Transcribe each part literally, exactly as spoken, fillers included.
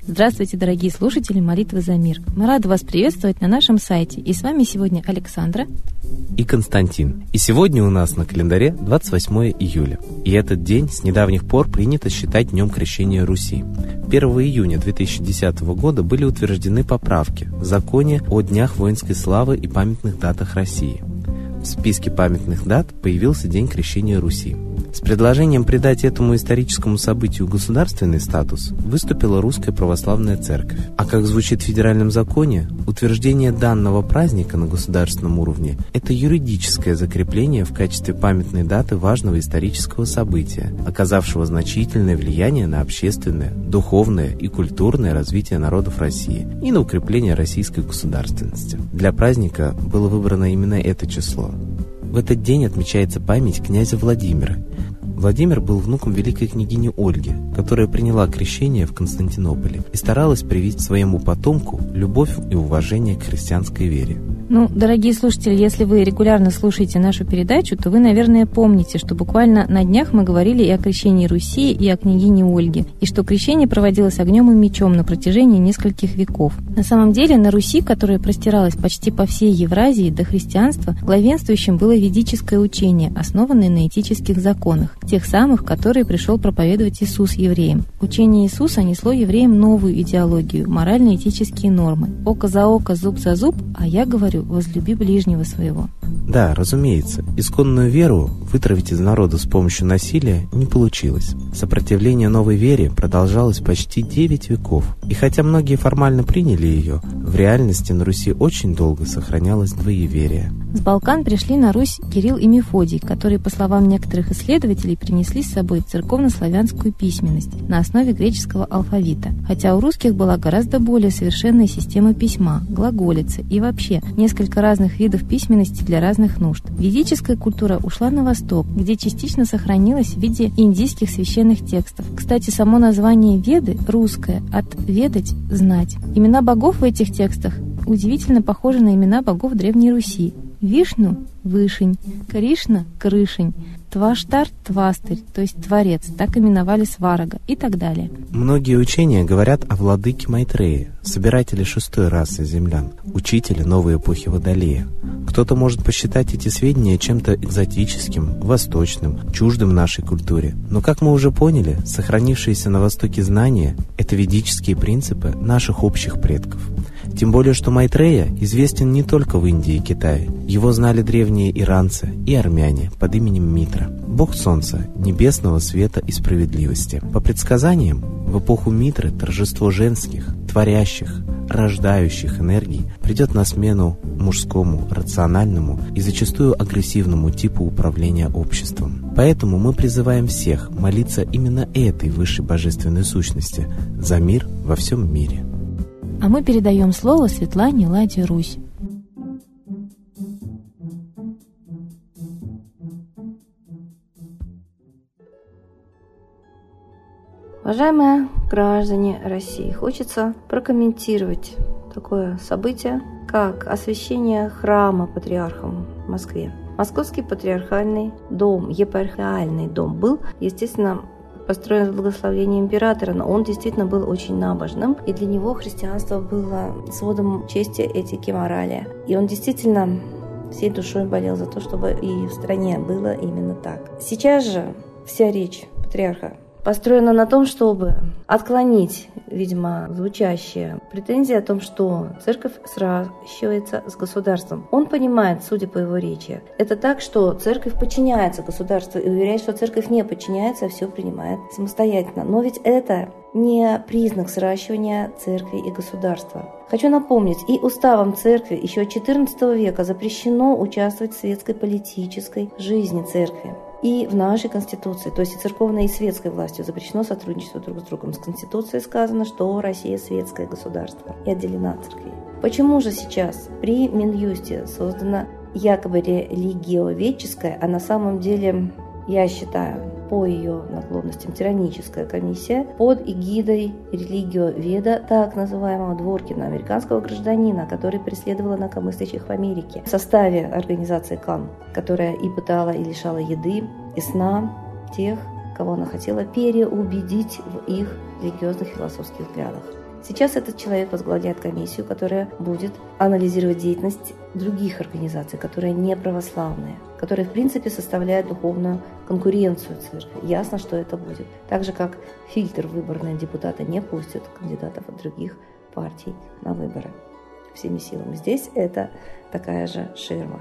Здравствуйте, дорогие слушатели «Молитвы за мир». Мы рады вас приветствовать на нашем сайте. И с вами сегодня Александра и Константин. И сегодня у нас на календаре двадцать восьмое июля. И этот день с недавних пор принято считать Днем Крещения Руси. первого июня две тысячи десятого года были утверждены поправки в законе о Днях воинской славы и памятных датах России. В списке памятных дат появился День Крещения Руси. С предложением придать этому историческому событию государственный статус выступила Русская Православная Церковь. А как звучит в федеральном законе, утверждение данного праздника на государственном уровне – это юридическое закрепление в качестве памятной даты важного исторического события, оказавшего значительное влияние на общественное, духовное и культурное развитие народов России и на укрепление российской государственности. Для праздника было выбрано именно это число. В этот день отмечается память князя Владимира. Владимир был внуком великой княгини Ольги, которая приняла крещение в Константинополе и старалась привить своему потомку любовь и уважение к христианской вере. Ну, дорогие слушатели, если вы регулярно слушаете нашу передачу, то вы, наверное, помните, что буквально на днях мы говорили и о крещении Руси, и о княгине Ольге, и что крещение проводилось огнем и мечом на протяжении нескольких веков. На самом деле на Руси, которая простиралась почти по всей Евразии до христианства, главенствующим было ведическое учение, основанное на этических законах, тех самых, которые пришел проповедовать Иисус евреям. Учение Иисуса несло евреям новую идеологию, морально-этические нормы. Око за око, зуб за зуб, а я говорю, возлюби ближнего своего. Да, разумеется, исконную веру вытравить из народа с помощью насилия не получилось. Сопротивление новой вере продолжалось почти девять веков. И хотя многие формально приняли ее, в реальности на Руси очень долго сохранялось двоеверие. С Балкан пришли на Русь Кирилл и Мефодий, которые, по словам некоторых исследователей, принесли с собой церковно-славянскую письменность на основе греческого алфавита. Хотя у русских была гораздо более совершенная система письма, глаголицы и вообще несколько разных видов письменности для разных нужд. Ведическая культура ушла на восток, где частично сохранилась в виде индийских священных текстов. Кстати, само название Веды русское, от «ведать» – «знать». Имена богов в этих текстах удивительно похожи на имена богов Древней Руси. Вишну – Вышень, Кришна – Крышень, Тваштар – Твастырь, то есть Творец, так именовали Сварога и так далее. Многие учения говорят о владыке Майтрее, собирателе шестой расы землян, учителе новой эпохи Водолея. Кто-то может посчитать эти сведения чем-то экзотическим, восточным, чуждым нашей культуре. Но, как мы уже поняли, сохранившиеся на Востоке знания – это ведические принципы наших общих предков. Тем более, что Майтрея известен не только в Индии и Китае. Его знали древние иранцы и армяне под именем Митра, бог солнца, небесного света и справедливости. По предсказаниям, в эпоху Митры торжество женских, творящих, рождающих энергий придет на смену мужскому, рациональному и зачастую агрессивному типу управления обществом. Поэтому мы призываем всех молиться именно этой высшей божественной сущности за мир во всем мире. А мы передаем слово Светлане Ладе Русь. Уважаемые граждане России, хочется прокомментировать такое событие, как освящение храма патриархом в Москве. Московский патриархальный дом, епархиальный дом был, естественно, построен с благословения императора, но он действительно был очень набожным, и для него христианство было сводом чести, этики, морали. И он действительно всей душой болел за то, чтобы и в стране было именно так. Сейчас же вся речь патриарха построена на том, чтобы отклонить, видимо, звучащие претензии о том, что церковь сращивается с государством. Он понимает, судя по его речи, это так, что церковь подчиняется государству, и уверяет, что церковь не подчиняется, а все принимает самостоятельно. Но ведь это не признак сращивания церкви и государства. Хочу напомнить, и уставом церкви еще четырнадцатого века запрещено участвовать в светской политической жизни церкви. И в нашей Конституции, то есть и церковной, и светской властью запрещено сотрудничество друг с другом. С Конституцией сказано, что Россия светское государство и отделена от церкви. Почему же сейчас при Минюсте создана якобы религиоведческая, а на самом деле, я считаю, по ее наклонностям тираническая комиссия под эгидой религиоведа, так называемого Дворкина, американского гражданина, который преследовал инакомыслящих в Америке, в составе организации КАН, которая и пытала, и лишала еды, и сна тех, кого она хотела переубедить в их религиозных философских взглядах. Сейчас этот человек возглавляет комиссию, которая будет анализировать деятельность других организаций, которые не православные, которые, в принципе, составляют духовную конкуренцию церкви. Ясно, что это будет. Так же, как фильтр выборные депутаты не пустят кандидатов от других партий на выборы всеми силами. Здесь это такая же ширма.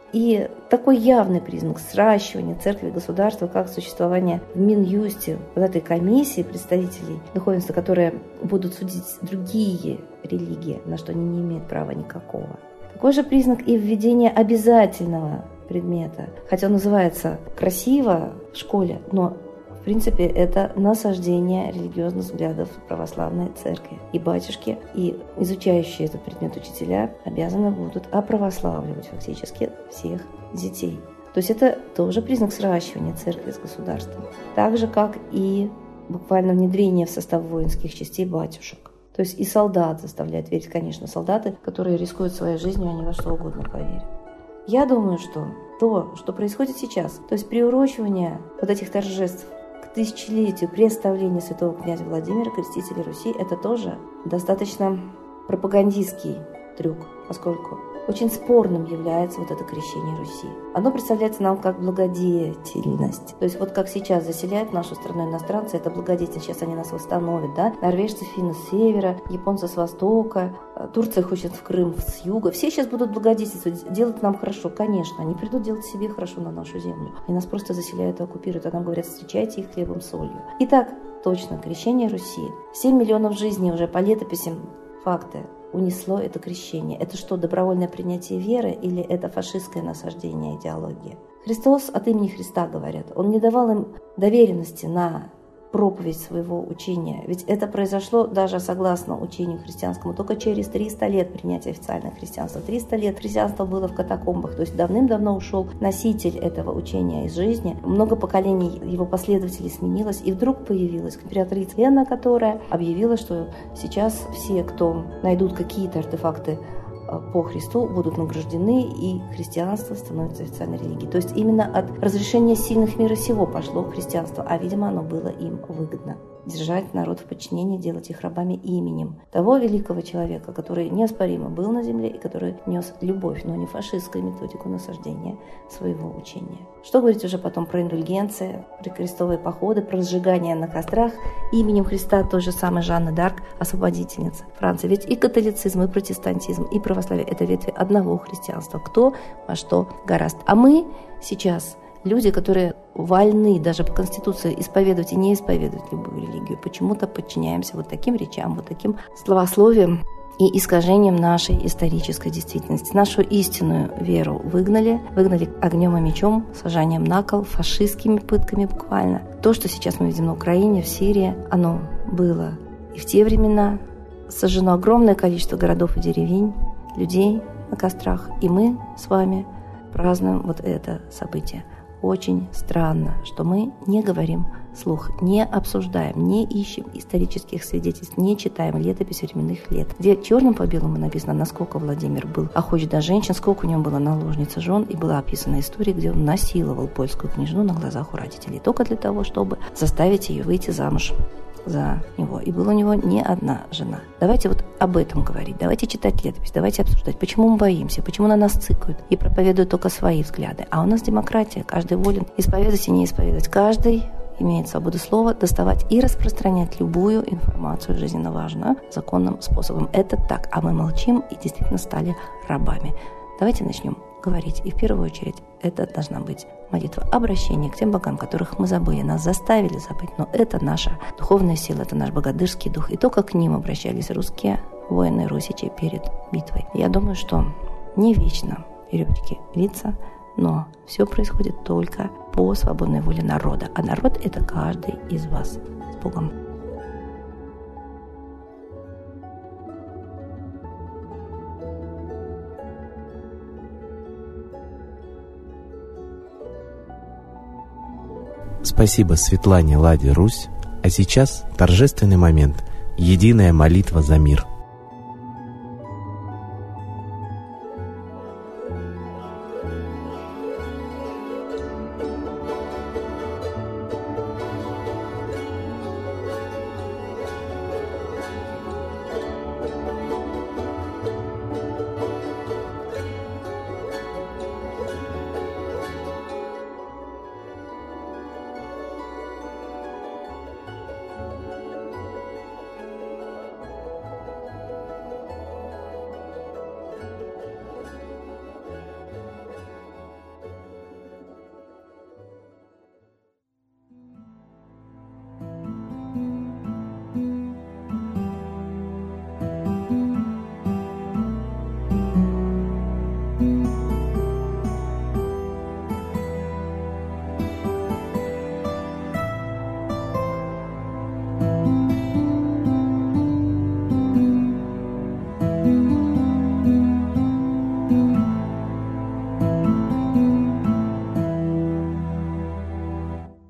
И такой явный признак сращивания церкви и государства, как существование в Минюсте вот этой комиссии представителей духовенства, которые будут судить другие религии, на что они не имеют права никакого. Такой же признак и введение обязательного предмета, хотя он называется красиво в школе, но в принципе, это насаждение религиозных взглядов православной церкви. И батюшки, и изучающие этот предмет учителя обязаны будут оправославливать фактически всех детей. То есть это тоже признак сращивания церкви с государством. Так же, как и буквально внедрение в состав воинских частей батюшек. То есть и солдат заставляет верить, конечно, солдаты, которые рискуют своей жизнью, они во что угодно поверят. Я думаю, что то, что происходит сейчас, то есть приурочивание вот этих торжеств к тысячелетию представления святого князя Владимира, крестителя Руси, это тоже достаточно пропагандистский трюк, поскольку очень спорным является вот это крещение Руси. Оно представляется нам как благодетельность. То есть вот как сейчас заселяют нашу страну иностранцы, это благодетельность. Сейчас они нас восстановят, да? Норвежцы, финны с севера, японцы с востока, Турция хочет в Крым с юга. Все сейчас будут благодетельствовать, делать нам хорошо. Конечно, они придут делать себе хорошо на нашу землю. Они нас просто заселяют и оккупируют, а нам говорят, встречайте их хлебом солью. Итак, точно, крещение Руси. семь миллионов жизней уже по летописям факты унесло это крещение. Это что, добровольное принятие веры или это фашистское насаждение идеологии? Христос от имени Христа, говорят, Он не давал им доверенности на проповедь своего учения. Ведь это произошло даже согласно учению христианскому только через триста лет принятия официального христианства. триста лет христианство было в катакомбах, то есть давным-давно ушел носитель этого учения из жизни. Много поколений его последователей сменилось, и вдруг появилась императрица Лена, которая объявила, что сейчас все, кто найдут какие-то артефакты по Христу, будут награждены, и христианство становится официальной религией. То есть именно от разрешения сильных мира сего пошло христианство, а, видимо, оно было им выгодно. Держать народ в подчинении, делать их рабами именем того великого человека, который неоспоримо был на земле и который нес любовь, но не фашистскую методику насаждения своего учения. Что говорить уже потом про индульгенции, про крестовые походы, про сжигание на кострах именем Христа той же самой Жанны д'Арк, освободительница Франции. Ведь и католицизм, и протестантизм, и православие – это ветви одного христианства. Кто во что гораст. А мы сейчас люди, которые вольны даже по Конституции исповедовать и не исповедовать любую религию, почему-то подчиняемся вот таким речам, вот таким словословиям и искажением нашей исторической действительности. Нашу истинную веру выгнали, выгнали огнем и мечом, сажанием на кол, фашистскими пытками буквально. То, что сейчас мы видим на Украине, в Сирии, оно было и в те времена. Сожжено огромное количество городов и деревень, людей на кострах, и мы с вами празднуем вот это событие. Очень странно, что мы не говорим вслух, не обсуждаем, не ищем исторических свидетельств, не читаем летопись временных лет, где черным по белому написано, насколько Владимир был охоч до женщин, сколько у него было наложниц и жен, и была описана история, где он насиловал польскую княжну на глазах у родителей, только для того, чтобы заставить ее выйти замуж за него. И была у него не одна жена. Давайте вот об этом говорить, давайте читать летопись, давайте обсуждать, почему мы боимся, почему на нас цикают и проповедуют только свои взгляды. А у нас демократия, каждый волен исповедовать и не исповедовать. Каждый имеет свободу слова доставать и распространять любую информацию жизненно важную законным способом. Это так, а мы молчим и действительно стали рабами. Давайте начнем говорить. И в первую очередь это должна быть молитва обращения к тем богам, которых мы забыли, нас заставили забыть. Но это наша духовная сила, это наш богодырский дух. И только к ним обращались русские воины русичи перед битвой. Я думаю, что не вечно веревочки виться, но все происходит только по свободной воле народа. А народ – это каждый из вас. С Богом. Спасибо Светлане Ладе Русь. А сейчас торжественный момент. Единая молитва за мир.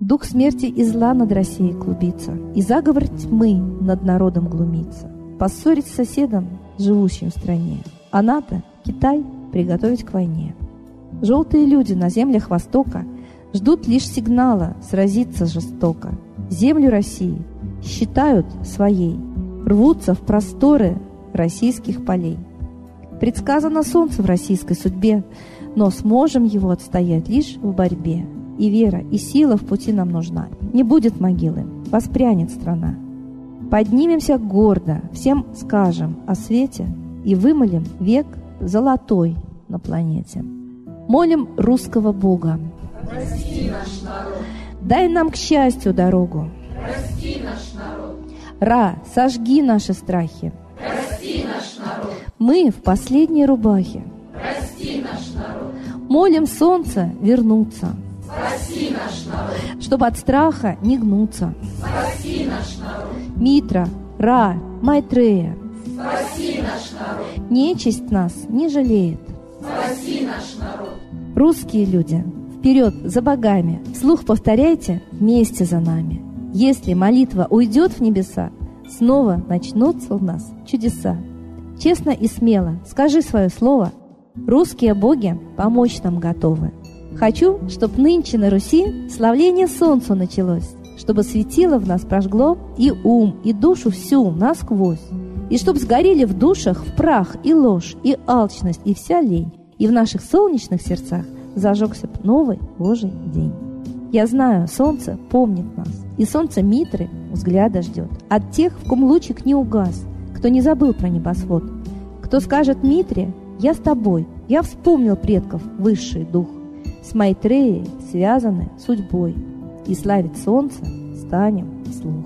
Дух смерти и зла над Россией клубится, и заговор тьмы над народом глумится. Поссорить с соседом, живущим в стране, а НАТО, Китай, приготовить к войне. Желтые люди на землях Востока ждут лишь сигнала сразиться жестоко. Землю России считают своей, рвутся в просторы российских полей. Предсказано солнце в российской судьбе, но сможем его отстоять лишь в борьбе. И вера, и сила в пути нам нужна. Не будет могилы, воспрянет страна. Поднимемся гордо, всем скажем о свете и вымолим век золотой на планете. Молим русского Бога. Прости наш народ. Дай нам к счастью дорогу. Прости наш народ. Ра, сожги наши страхи. Прости наш народ. Мы в последней рубахе. Прости наш народ. Молим солнце вернуться. Спаси наш народ. Чтобы от страха не гнуться. Спаси наш народ. Митра, Ра, Майтрея. Спаси наш народ. Нечисть нас не жалеет. Спаси наш народ. Русские люди, вперед за богами. Вслух повторяйте вместе за нами. Если молитва уйдет в небеса, снова начнутся у нас чудеса. Честно и смело скажи свое слово. Русские боги помочь нам готовы. Хочу, чтоб нынче на Руси славление солнцу началось, чтобы светило в нас прожгло и ум, и душу всю насквозь, и чтоб сгорели в душах в прах и ложь, и алчность, и вся лень, и в наших солнечных сердцах зажегся б новый Божий день. Я знаю, солнце помнит нас, и солнце Митры взгляда ждет от тех, в ком лучик не угас, кто не забыл про небосвод, кто скажет Митре: «Я с тобой, я вспомнил предков высший дух». С Майтреей связаны судьбой, и славить солнце станем вслух.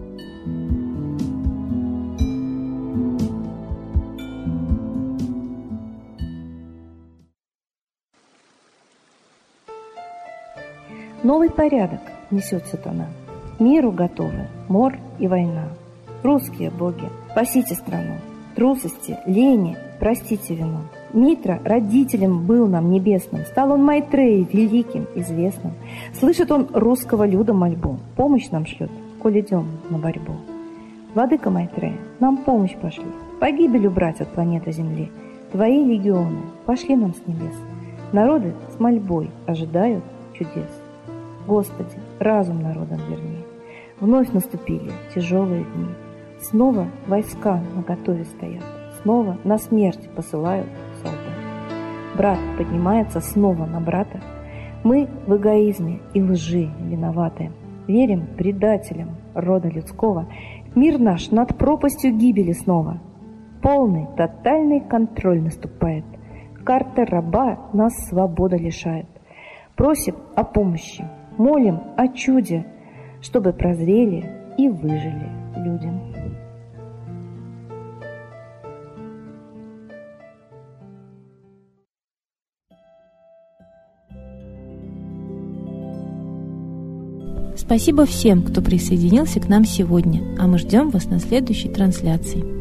Новый порядок несет сатана. Миру готовы мор и война. Русские боги, спасите страну. Трусости, лени, простите вину. Митра родителем был нам небесным, стал он Майтреей великим, известным. Слышит он русского люда мольбу, помощь нам шлет, коль идем на борьбу. Владыка Майтрея, нам помощь пошли, погибель убрать от планеты Земли. Твои легионы пошли нам с небес. Народы с мольбой ожидают чудес. Господи, разум народам верни. Вновь наступили тяжелые дни. Снова войска наготове стоят. Снова на смерть посылают солдат. Брат поднимается снова на брата. Мы в эгоизме и лжи виноваты. Верим предателям рода людского. Мир наш над пропастью гибели снова. Полный, тотальный контроль наступает. Карта раба нас свобода лишает. Просим о помощи, молим о чуде, чтобы прозрели и выжили людям. Спасибо всем, кто присоединился к нам сегодня, а мы ждем вас на следующей трансляции.